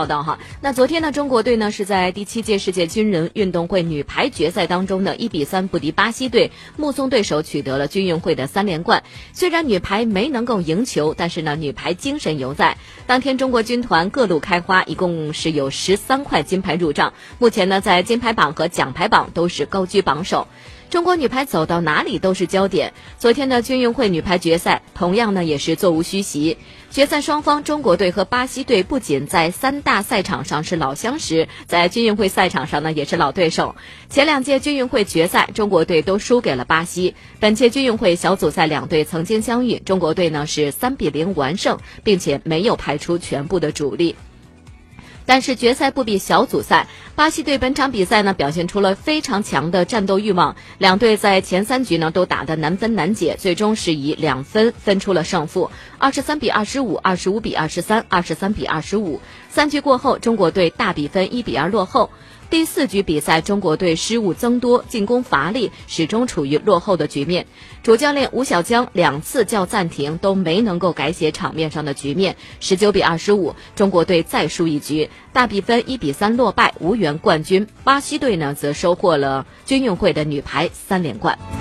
报道哈，那昨天呢，中国队呢是在第7届世界军人运动会女排决赛当中呢1比3不敌巴西队，目送对手取得了军运会的3连冠。虽然女排没能够赢球，但是呢，女排精神犹在。当天中国军团各路开花，一共是有13块金牌入账。目前呢，在金牌榜和奖牌榜都是高居榜首。中国女排走到哪里都是焦点。昨天的军运会女排决赛同样呢也是座无虚席。决赛双方中国队和巴西队不仅在3大赛场上是老相识，在军运会赛场上呢也是老对手。前2届军运会决赛中国队都输给了巴西，本届军运会小组赛2队曾经相遇，中国队呢是3比0完胜，并且没有派出全部的主力。但是决赛不比小组赛，巴西队本场比赛呢表现出了非常强的战斗欲望，两队在前3局呢都打得难分难解，最终是以2分分出了胜负，23比25、25比23、23比25。3局过后，中国队大比分1比2落后。第4局比赛，中国队失误增多，进攻乏力，始终处于落后的局面。主教练吴小江2次叫暂停，都没能够改写场面上的局面。19比25，中国队再输1局，大比分1比3落败，无缘冠军。巴西队呢，则收获了军运会的女排3连冠。